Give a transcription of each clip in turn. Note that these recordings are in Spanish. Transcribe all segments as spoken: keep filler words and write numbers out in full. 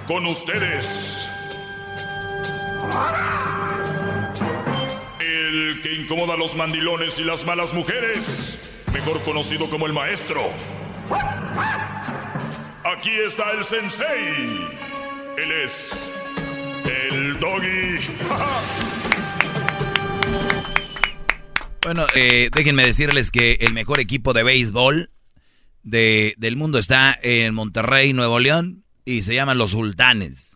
Con ustedes, el que incomoda a los mandilones y las malas mujeres, mejor conocido como el maestro. Aquí está el sensei. Él es el Doggy. Bueno, eh, déjenme decirles que el mejor equipo de béisbol de, del mundo está en Monterrey, Nuevo León, y se llaman los Sultanes.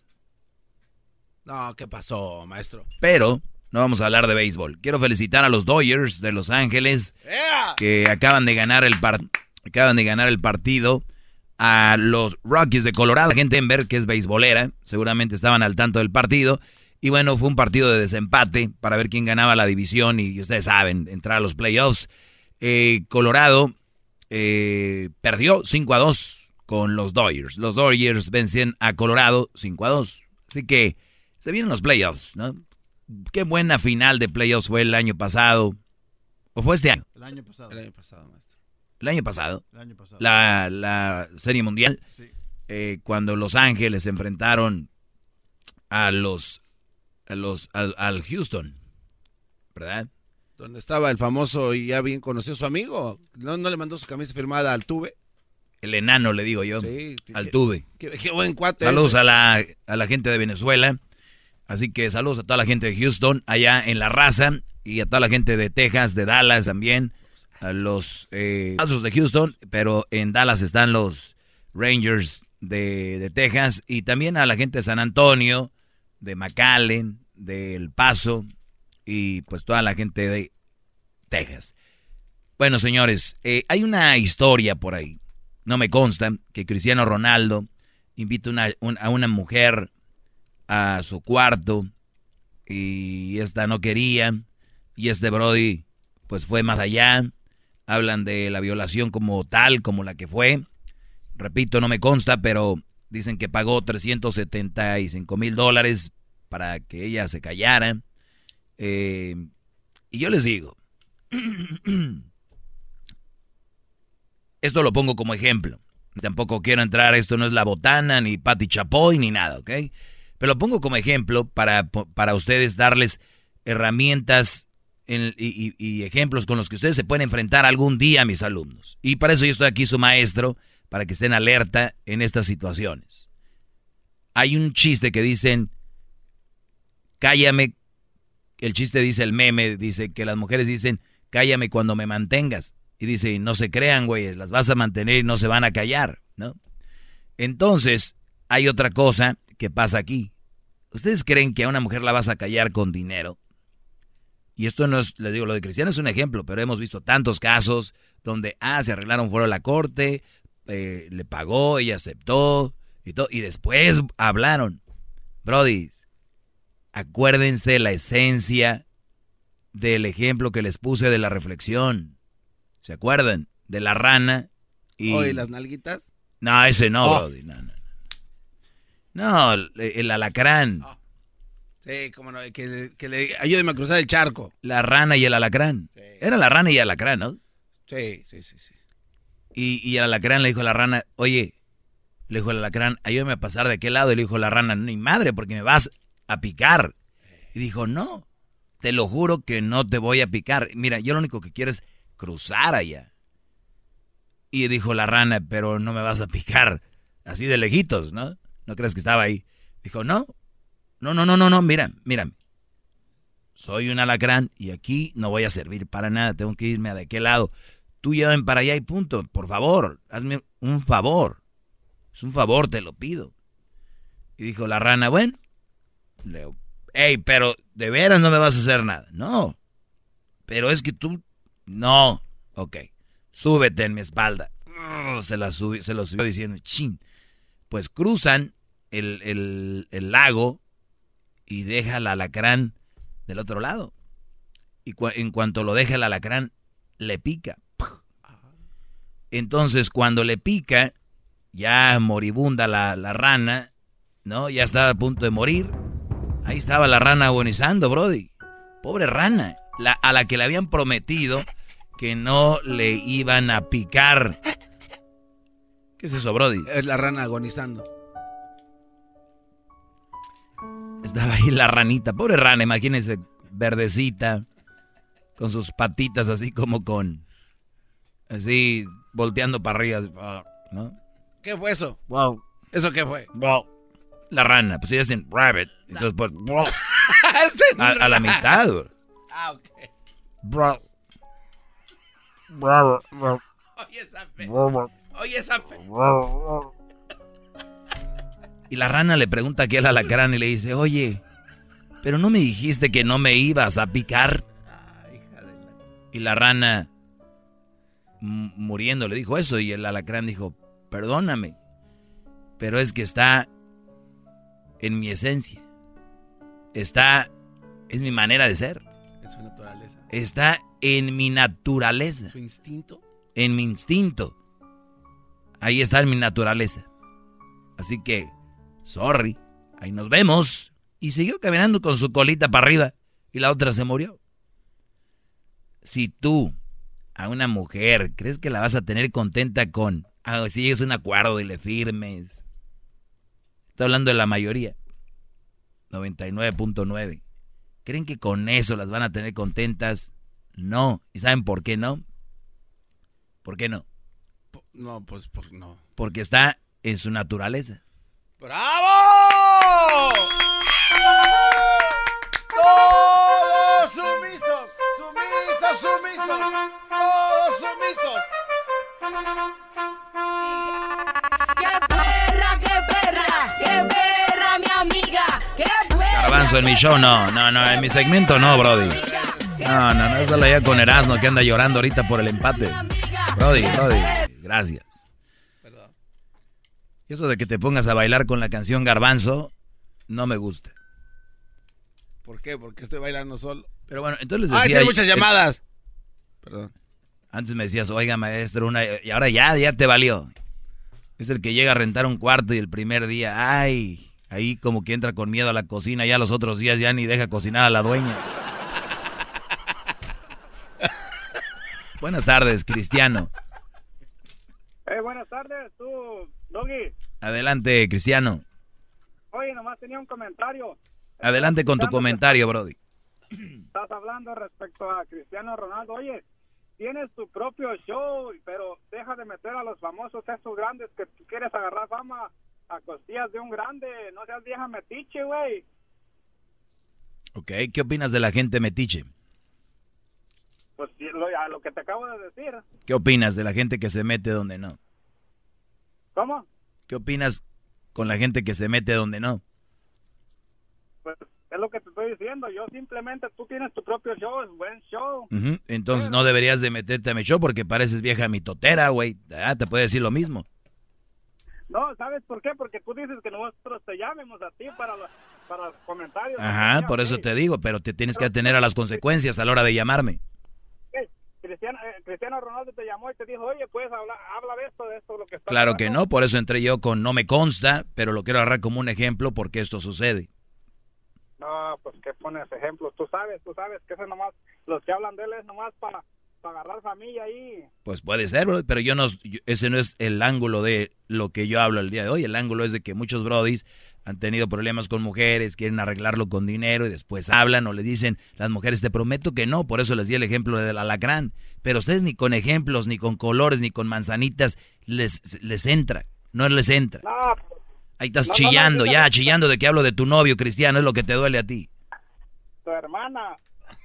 No, ¿qué pasó, maestro? Pero no vamos a hablar de béisbol. Quiero felicitar a los Dodgers de Los Ángeles, yeah, que acaban de ganar el par- acaban de ganar el partido a los Rockies de Colorado. La gente en ver que es beisbolera, seguramente estaban al tanto del partido. Y bueno, fue un partido de desempate para ver quién ganaba la división y ustedes saben, entrar a los playoffs. Eh, Colorado eh, perdió cinco a dos con los Dodgers. Los Dodgers vencen a Colorado cinco a dos. Así que se vienen los playoffs, ¿no? Qué buena final de playoffs fue el año pasado. ¿O fue este año? El año pasado. El año pasado, maestro. El año pasado. El año pasado. La, la Serie Mundial. Sí. Eh, cuando Los Ángeles se enfrentaron a los... A los, al, al Houston, ¿verdad? Donde estaba el famoso y ya bien conocido su amigo. ¿No, no le mandó su camisa firmada al Tuve? El enano, le digo yo, sí, al Tuve. Qué, qué buen cuate. Saludos ese. a la, a la gente de Venezuela. Así que saludos a toda la gente de Houston, allá en La Raza, y a toda la gente de Texas, de Dallas también, a los eh, Astros de Houston, pero en Dallas están los Rangers de, de Texas, y también a la gente de San Antonio, de McAllen, de El Paso, y pues toda la gente de Texas. Bueno, señores, eh, hay una historia por ahí, no me consta, que Cristiano Ronaldo invita una, un, a una mujer a su cuarto, y esta no quería, y este Brody pues fue más allá. Hablan de la violación como tal, como la que fue. Repito, no me consta, pero dicen que pagó trescientos setenta y cinco mil dólares para que ella se callara. Eh, y yo les digo, esto lo pongo como ejemplo. Tampoco quiero entrar, esto no es La Botana, ni Pati Chapoy, ni nada, ¿ok? Pero lo pongo como ejemplo para, para ustedes darles herramientas en, y, y, y ejemplos con los que ustedes se pueden enfrentar algún día a mis alumnos. Y para eso yo estoy aquí, su maestro, para que estén alerta en estas situaciones. Hay un chiste que dicen, cállame, el chiste dice, el meme, dice que las mujeres dicen, cállame cuando me mantengas. Y dice, no se crean, güey, las vas a mantener y no se van a callar, ¿no? Entonces, hay otra cosa que pasa aquí. ¿Ustedes creen que a una mujer la vas a callar con dinero? Y esto no es, les digo, lo de Cristiano es un ejemplo, pero hemos visto tantos casos donde, ah, se arreglaron, fueron a la corte, eh, le pagó, ella aceptó, y todo, y después hablaron. Brody, acuérdense la esencia del ejemplo que les puse de la reflexión. ¿Se acuerdan? De la rana y... ¿Oh, y las nalguitas? No, ese no, oh. Brody, no, no. No, el, el alacrán. Oh. Sí, cómo no, que, que le ayúdeme a cruzar el charco. La rana y el alacrán. Sí. Era la rana y el alacrán, ¿no? Sí, sí, sí, sí. Y, y el alacrán le dijo a la rana, oye, le dijo el alacrán, ayúdame a pasar de aquel lado. Y le dijo la rana, ni madre, porque me vas a picar. Y dijo, no, te lo juro que no te voy a picar. Mira, yo lo único que quiero es cruzar allá. Y dijo la rana, pero no me vas a picar así de lejitos, ¿no? No creas que estaba ahí. Dijo, no, no, no, no, no, no, mira, mira. Soy un alacrán y aquí no voy a servir para nada, tengo que irme a de aquel lado. Tú llévame para allá y punto, por favor, hazme un favor. Es un favor, te lo pido. Y dijo la rana, bueno, le, hey, pero de veras no me vas a hacer nada. No, pero es que tú, no, ok, súbete en mi espalda. Se, la subi, se lo subió diciendo, chin. Pues cruzan el, el, el lago y deja el alacrán del otro lado. Y cu en cuanto lo deja el alacrán, le pica. Entonces, cuando le pica, ya moribunda la, la rana, ¿no? Ya estaba a punto de morir. Ahí estaba la rana agonizando, Brody. Pobre rana, la, a la que le habían prometido que no le iban a picar. ¿Qué es eso, Brody? Es la rana agonizando. estaba ahí la ranita, pobre rana, imagínense, verdecita, con sus patitas así como con, así, volteando para arriba, ¿no? ¿Qué fue eso? Wow. ¿Eso qué fue? Wow. La rana, pues ellos dicen rabbit, entonces pues, wow. a, a la mitad, bro. Ah, ok. Bro. Bro, bro. Oye esa fe. Bro, Oye esa fe. bro. Y la rana le pregunta a aquel alacrán y le dice, oye, pero no me dijiste que no me ibas a picar. Ay, hija de la... Y la rana, m- muriendo, le dijo eso. Y el alacrán dijo, perdóname, pero es que está en mi esencia. Está, es mi manera de ser. Es su naturaleza. Está en mi naturaleza. Su instinto. En mi instinto. Ahí está en mi naturaleza. Así que, sorry, ahí nos vemos. Y siguió caminando con su colita para arriba. Y la otra se murió. Si tú a una mujer crees que la vas a tener contenta con, ah, si es un acuerdo y le firmes. Estoy hablando de la mayoría. noventa y nueve punto nueve. ¿Creen que con eso las van a tener contentas? No. ¿Y saben por qué no? ¿Por qué no? No, pues, pues no. Porque está en su naturaleza. ¡Bravo! Todos sumisos, sumisos, sumisos, todos sumisos. ¡Qué perra, qué perra! ¡Qué perra, mi amiga! ¡Qué perra! Garbanzo en mi show, no, no, no, en mi segmento no, Brody. No, no, no, eso lo ya con Erasmo que anda llorando ahorita por el empate. Brody, Brody, gracias. Y eso de que te pongas a bailar con la canción Garbanzo, no me gusta. ¿Por qué? Porque estoy bailando solo. Pero bueno, entonces les ¡Ay, decía... tiene muchas eh, llamadas! Perdón. Antes me decías, oiga, maestro, una... Y ahora ya, ya te valió. Es el que llega a rentar un cuarto y el primer día, ay, ahí como que entra con miedo a la cocina, ya los otros días ya ni deja cocinar a la dueña. Buenas tardes, Cristiano. Eh, buenas tardes, tú, Doggy. Adelante, Cristiano. Oye, nomás tenía un comentario. Adelante con tu Escuchando comentario, Brody. que Estás hablando respecto a Cristiano Ronaldo. Oye, tienes tu propio show, pero deja de meter a los famosos esos grandes que tú quieres agarrar fama a costillas de un grande. No seas vieja metiche, güey. Ok, ¿qué opinas de la gente metiche? Pues sí, lo, a lo que te acabo de decir. ¿Qué opinas de la gente que se mete donde no? ¿Cómo? ¿Qué opinas con la gente que se mete donde no? Pues es lo que te estoy diciendo. Yo simplemente, tú tienes tu propio show, es buen show. Uh-huh. Entonces no deberías de meterte a mi show porque pareces vieja mitotera, güey. Ah, te puede decir lo mismo. No, ¿sabes por qué? Porque tú dices que nosotros te llamemos a ti para los, para los comentarios. Ajá, por eso te digo, pero te tienes que atener a las consecuencias a la hora de llamarme. Cristiano, eh, Cristiano Ronaldo te llamó y te dijo, oye, puedes hablar, habla de esto, de esto, lo que está Claro pasando. que no, por eso entré yo con no me consta, pero lo quiero agarrar como un ejemplo porque esto sucede. No, pues que pones ejemplos, tú sabes, tú sabes que ese nomás, los que hablan de él es nomás para, para agarrar familia ahí. Pues puede ser, bro, pero yo no, yo- ese no es el ángulo de lo que yo hablo el día de hoy. El ángulo es de que muchos brodis han tenido problemas con mujeres, quieren arreglarlo con dinero y después hablan o le dicen las mujeres, te prometo que no, por eso les di el ejemplo del alacrán. Pero ustedes ni con ejemplos, ni con colores, ni con manzanitas les, les entra, no les entra. No, Ahí estás No, no, chillando, no, ya, no. chillando de que hablo de tu novio, Cristiano, es lo que te duele a ti. tu hermana.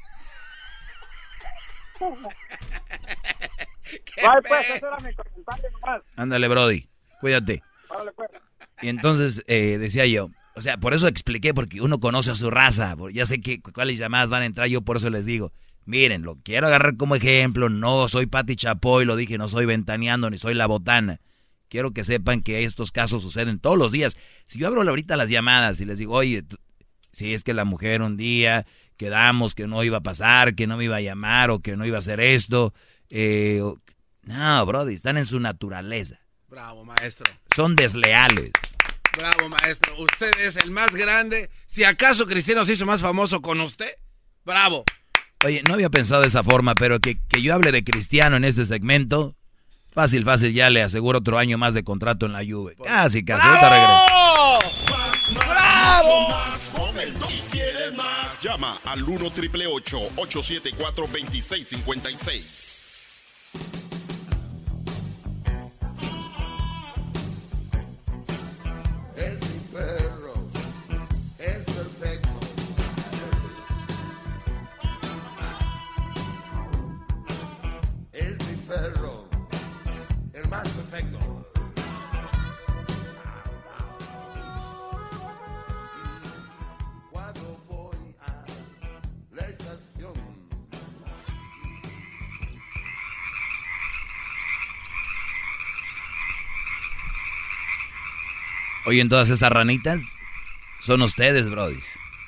Ay, pues, ese era mi comentario nomás. Ándale, brody, cuídate. Órale, pues. Y entonces eh, decía yo, o sea, por eso expliqué, porque uno conoce a su raza, por- ya sé que cuáles llamadas van a entrar, yo por eso les digo, miren, lo quiero agarrar como ejemplo, no soy Pati Chapoy, lo dije, no soy Ventaneando, ni soy La Botana. Quiero que sepan que estos casos suceden todos los días. Si yo abro ahorita las llamadas y les digo, oye, tú- si es que la mujer un día quedamos que no iba a pasar, que no me iba a llamar o que no iba a hacer esto, eh, o- no, brody, están en su naturaleza, Bravo, maestro. son desleales. Bravo, maestro. Usted es el más grande. Si acaso Cristiano se hizo más famoso con usted, bravo. Oye, no había pensado de esa forma, pero que, que yo hable de Cristiano en este segmento, fácil, fácil, ya le aseguro otro año más de contrato en la Juve. Casi, casi, ahorita regreso. ¡Bravo! ¡Bravo! el Doggy. Si quieres más, llama al uno triple ocho ocho siete cuatro dos seis cinco seis. Es mi perro, es perfecto. Es mi perro, el más perfecto. Cuando voy a la estación. Oye, en todas esas ranitas son ustedes, brodis.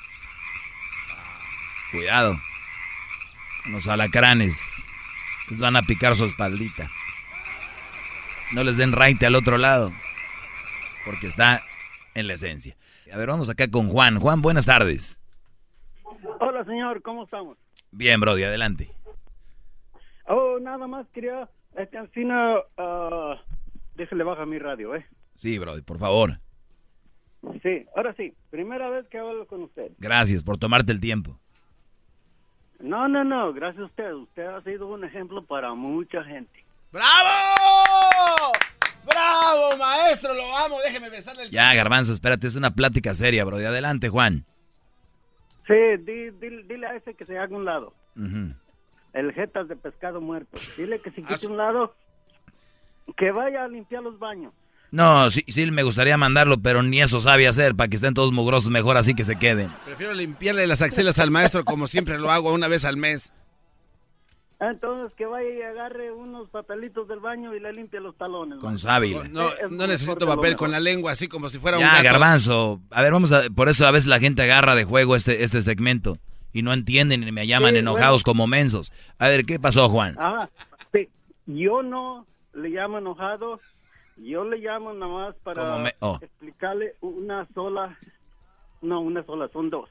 Cuidado. Con los alacranes. Les van a picar su espaldita. No les den raite al otro lado. Porque está en la esencia. A ver, vamos acá con Juan. Juan, buenas tardes. Hola, señor, ¿cómo estamos? Bien, brody, adelante. Oh, nada más quería, este, Ancina, uh, déjale baja mi radio, ¿eh? Sí, brody, por favor. Sí, ahora sí, primera vez que hablo con usted. Gracias por tomarte el tiempo. No, no, no, gracias a usted. Usted ha sido un ejemplo para mucha gente. ¡Bravo! ¡Bravo, maestro! Lo amo, déjeme besarle el... Ya, Garbanzo, espérate, es una plática seria, brody. Adelante, Juan. Sí, di, di, dile a ese que se haga un lado. Uh-huh. El jetas de pescado muerto. Dile que si quite un lado, que vaya a limpiar los baños. No, sí, sí me gustaría mandarlo, pero ni eso sabe hacer, para que estén todos mugrosos, mejor así que se queden. Prefiero limpiarle las axilas al maestro como siempre lo hago una vez al mes. Entonces que vaya y agarre unos papelitos del baño y le limpie los talones. Con sábila. No, no, no necesito papel, con la lengua, así como si fuera un ya, gato. Garbanzo, a ver, vamos a... Por eso a veces la gente agarra de juego este, este segmento y no entienden y me llaman sí, enojados bueno. como mensos. A ver, ¿qué pasó, Juan? Ajá, sí, yo no le llamo enojado, yo le llamo nada más para me... oh. explicarle una sola, no, una sola, son dos.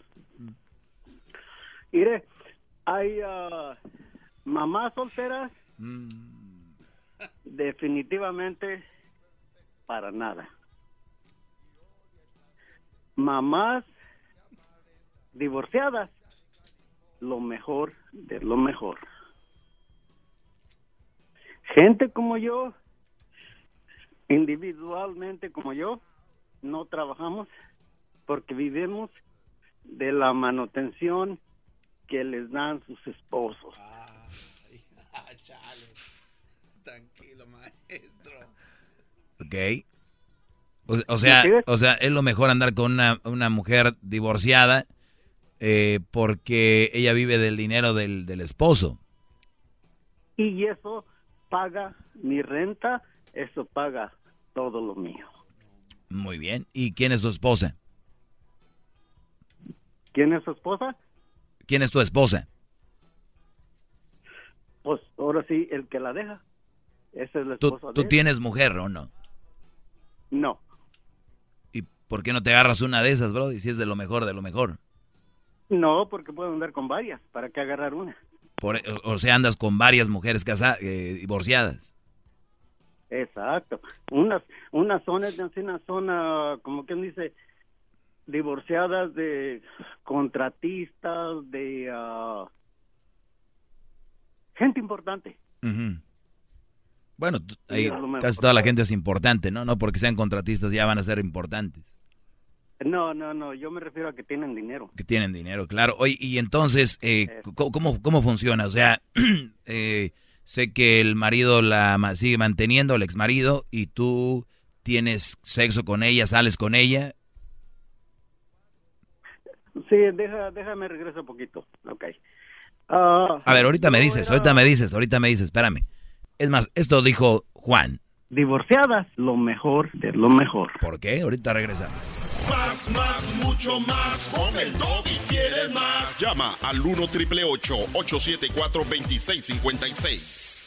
Mire, hay uh, mamás solteras, mm. definitivamente para nada. Mamás divorciadas, lo mejor de lo mejor. Gente como yo, individualmente como yo, no trabajamos porque vivimos de la manutención que les dan sus esposos. Ay, ah, chale. Tranquilo, maestro. Ok. O, o sea, o sea, es lo mejor andar con una, una mujer divorciada eh, porque ella vive del dinero del, del esposo. Y eso paga mi renta, eso paga todo lo mío. Muy bien. ¿Y quién es tu esposa? ¿Quién es su esposa? ¿Quién es tu esposa? Pues ahora sí, el que la deja. Esa es la ¿Tú, esposa ¿tú de él. tienes mujer o no? No. ¿Y por qué no te agarras una de esas, bro? Y si es de lo mejor, de lo mejor. No, porque puedo andar con varias. ¿Para qué agarrar una? Por, o, o sea, andas con varias mujeres casadas, eh, divorciadas. Exacto. Unas, unas zonas de una zona, como quien dice, divorciadas de contratistas, de uh, gente importante. Uh-huh. Bueno, ahí, casi toda la gente es importante, ¿no? No porque sean contratistas ya van a ser importantes. No, no, no, yo me refiero a que tienen dinero. Que tienen dinero, claro. Oye, y entonces, eh, eh. ¿cómo, ¿cómo funciona? O sea, eh, sé que el marido la sigue manteniendo, el exmarido, y tú tienes sexo con ella, sales con ella. Sí, deja, déjame regreso un poquito. Ok. Uh, a ver, ahorita me dices, era... ahorita me dices, ahorita me dices, espérame. Es más, esto dijo Juan. Divorciadas, lo mejor de lo mejor. ¿Por qué? Ahorita regresamos. Más, más, mucho más. Con el Doggy. ¿Quieres más? Llama al uno triple ocho ocho siete cuatro dos seis cinco seis.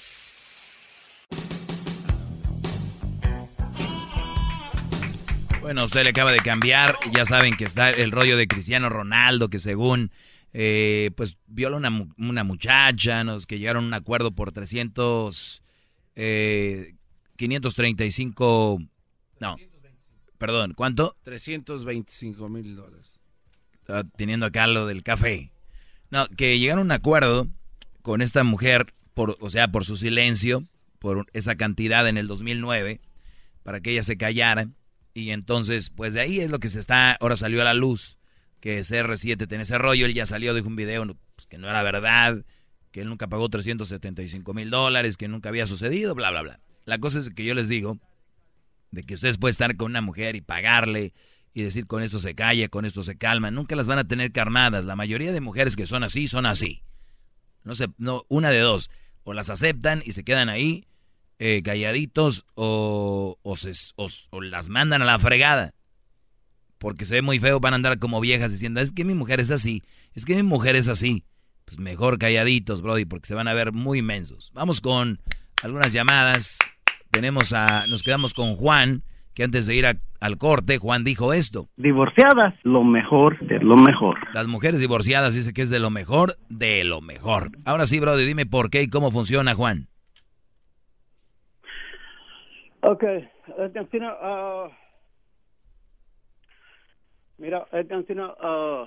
Bueno, usted le acaba de cambiar. Ya saben que está el rollo de Cristiano Ronaldo, que según eh, pues viola una, una muchacha, nos que llegaron a un acuerdo por trescientos, eh, quinientos treinta y cinco, no, perdón, ¿cuánto? trescientos veinticinco mil dólares. Estaba teniendo acá lo del café. No, que llegaron a un acuerdo con esta mujer, por, o sea, por su silencio, por esa cantidad en el dos mil nueve, para que ella se callara. Y entonces, pues de ahí es lo que se está, ahora salió a la luz, que C R siete tiene ese rollo. Él ya salió, dijo un video pues, que no era verdad, que él nunca pagó trescientos setenta y cinco mil dólares, que nunca había sucedido, bla, bla, bla. La cosa es que yo les digo, de que ustedes pueden estar con una mujer y pagarle, y decir con esto se calla, con esto se calma, nunca las van a tener calmadas. La mayoría de mujeres que son así, son así. No sé, no, una de dos, o las aceptan y se quedan ahí, eh, calladitos, o, o, se, o, o las mandan a la fregada. Porque se ve muy feo, van a andar como viejas diciendo, es que mi mujer es así, es que mi mujer es así. Pues mejor calladitos, brody, porque se van a ver muy inmensos. Vamos con algunas llamadas. Tenemos a, nos quedamos con Juan, que antes de ir a, al corte, Juan dijo esto. Divorciadas, lo mejor de lo mejor. Las mujeres divorciadas dice que es de lo mejor de lo mejor. Ahora sí, brody, dime por qué y cómo funciona, Juan. Ok, atención, uh, mira, atención, uh,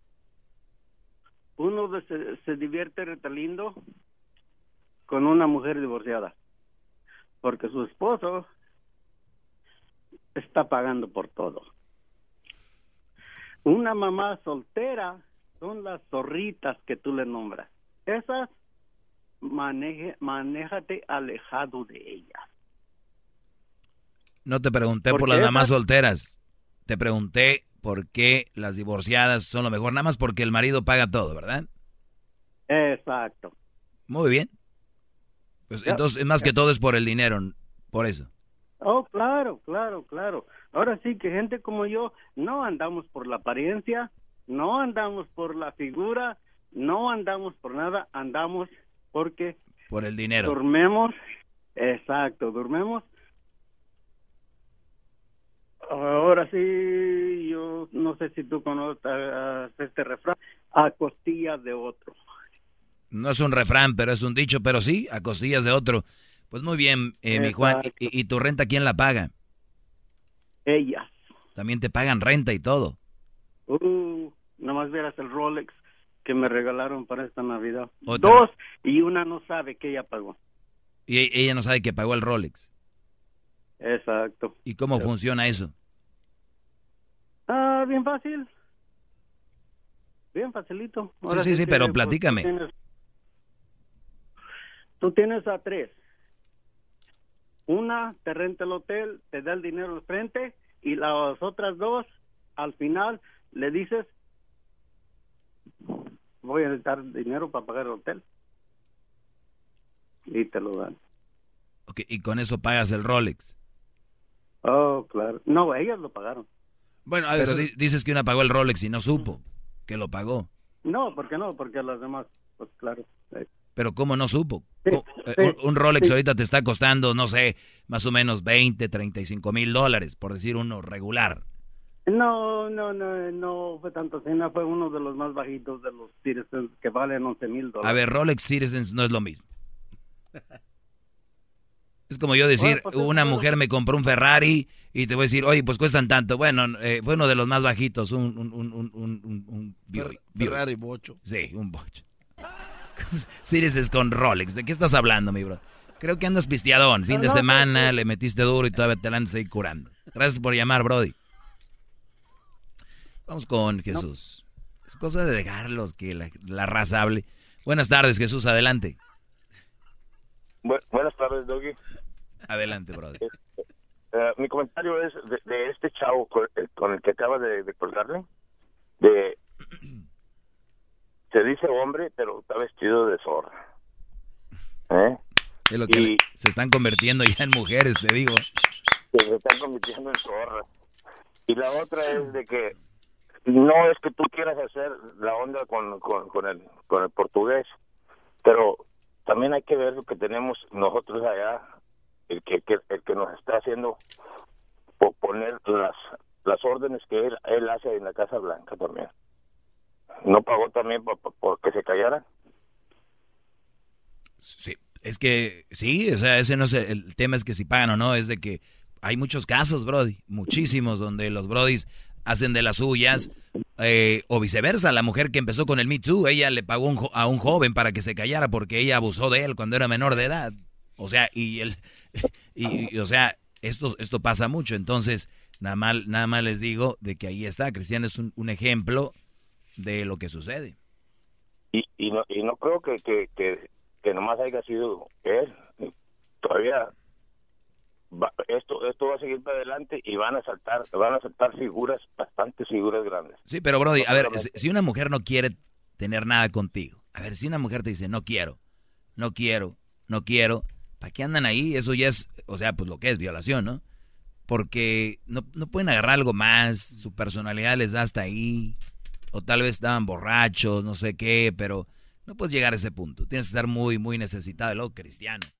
uno de se, se divierte reta lindo con una mujer divorciada, porque su esposo está pagando por todo. Una mamá soltera son las zorritas que tú le nombras. Esas, maneje, manéjate alejado de ellas. No te pregunté por, por las mamás solteras. Te pregunté por qué las divorciadas son lo mejor. Nada más porque el marido paga todo, ¿verdad? Exacto. Muy bien. Pues Ya, entonces, más ya. que todo es por el dinero, por eso. Oh, claro, claro, claro. Ahora sí que gente como yo no andamos por la apariencia, no andamos por la figura, no andamos por nada, andamos porque Por el dinero. dormemos, exacto, dormemos. Ahora sí, yo no sé si tú conoces uh, este refrán, a costillas de otro. No es un refrán, pero es un dicho, pero sí, a costillas de otro. Pues muy bien, eh, mi Juan. ¿Y, ¿Y tu renta quién la paga? Ellas. También te pagan renta y todo. Uh, nomás verás el Rolex que me regalaron para esta Navidad. Otra. Dos, y una no sabe que ella pagó. Y e- ella no sabe que pagó el Rolex. Exacto. ¿Y cómo Sí. funciona eso? Ah, bien fácil. Bien facilito. Ahora sí, sí, que, pero pues, platícame. Tú tienes, tú tienes a tres. Una te renta el hotel, te da el dinero al frente, y las otras dos, al final, le dices, voy a necesitar dinero para pagar el hotel. Y te lo dan. Ok, y con eso pagas el Rolex. Oh, claro. No, ellas lo pagaron. Bueno, a ver, pero di- dices que una pagó el Rolex y no supo que lo pagó. No, ¿por qué no? Porque las demás, pues claro. eh, Pero ¿cómo no supo? Sí, Co- eh, sí, un, un Rolex sí. ahorita te está costando, no sé, más o menos veinte, treinta y cinco mil dólares, por decir uno regular. No, no, no, no fue tanto. Cena fue uno de los más bajitos de los Citizens que valen once mil dólares. A ver, Rolex Citizens no es lo mismo. Es como yo decir, Bueno, pues, una bueno. mujer me compró un Ferrari y te voy a decir, oye, pues cuestan tanto. Bueno, eh, fue uno de los más bajitos, un, un, un, un, un, un, un Buick- Buick. Ferrari bocho. Sí, un bocho. Citizens con Rolex, ¿de qué estás hablando, mi bro? Creo que andas pisteadón, fin de No, no, semana, no, no. le metiste duro y todavía te la andas ahí curando. Gracias por llamar, Brody. Vamos con Jesús. Es cosa de dejarlos que la, la raza hable. Buenas tardes, Jesús, adelante. Bu- buenas tardes, Doggy. Adelante, Brody. Eh, mi comentario es de, de este chavo con, eh, con el que acaba de, de colgarle. De, se dice hombre, pero está vestido de zorra. ¿Eh? Es lo que Y- le- se están convirtiendo ya en mujeres, te digo. Que se están convirtiendo en zorra. Y la otra es de que no es que tú quieras hacer la onda con, con, con, el, con el portugués, pero también hay que ver lo que tenemos nosotros allá, el que, que- el que nos está haciendo po- poner las las órdenes que él, él hace en la Casa Blanca también. ¿No pagó también por, por, por que se callara? Sí, es que sí, o sea, ese no es el, el tema, es que si pagan o no, es de que hay muchos casos, Brody, muchísimos, donde los Brodis hacen de las suyas, eh, o viceversa, la mujer que empezó con el Me Too, ella le pagó un jo- a un joven para que se callara porque ella abusó de él cuando era menor de edad. O sea, y él, y, y, o sea, esto, esto pasa mucho. Entonces, nada más, nada más les digo de que ahí está, Cristiano es un, un ejemplo de lo que sucede. Y, y, no, y no creo que, que, que, que nomás haya sido él. Todavía va, esto esto va a seguir para adelante y van a saltar van a saltar figuras, bastantes figuras grandes. Sí, pero Brody, a ver, si, si una mujer no quiere tener nada contigo, a ver, si una mujer te dice, no quiero, no quiero, no quiero, ¿para qué andan ahí? Eso ya es, o sea, pues lo que es violación, ¿no? Porque no, no pueden agarrar algo más, su personalidad les da hasta ahí, o tal vez estaban borrachos, no sé qué, pero no puedes llegar a ese punto. Tienes que estar muy, muy necesitado de lo cristiano.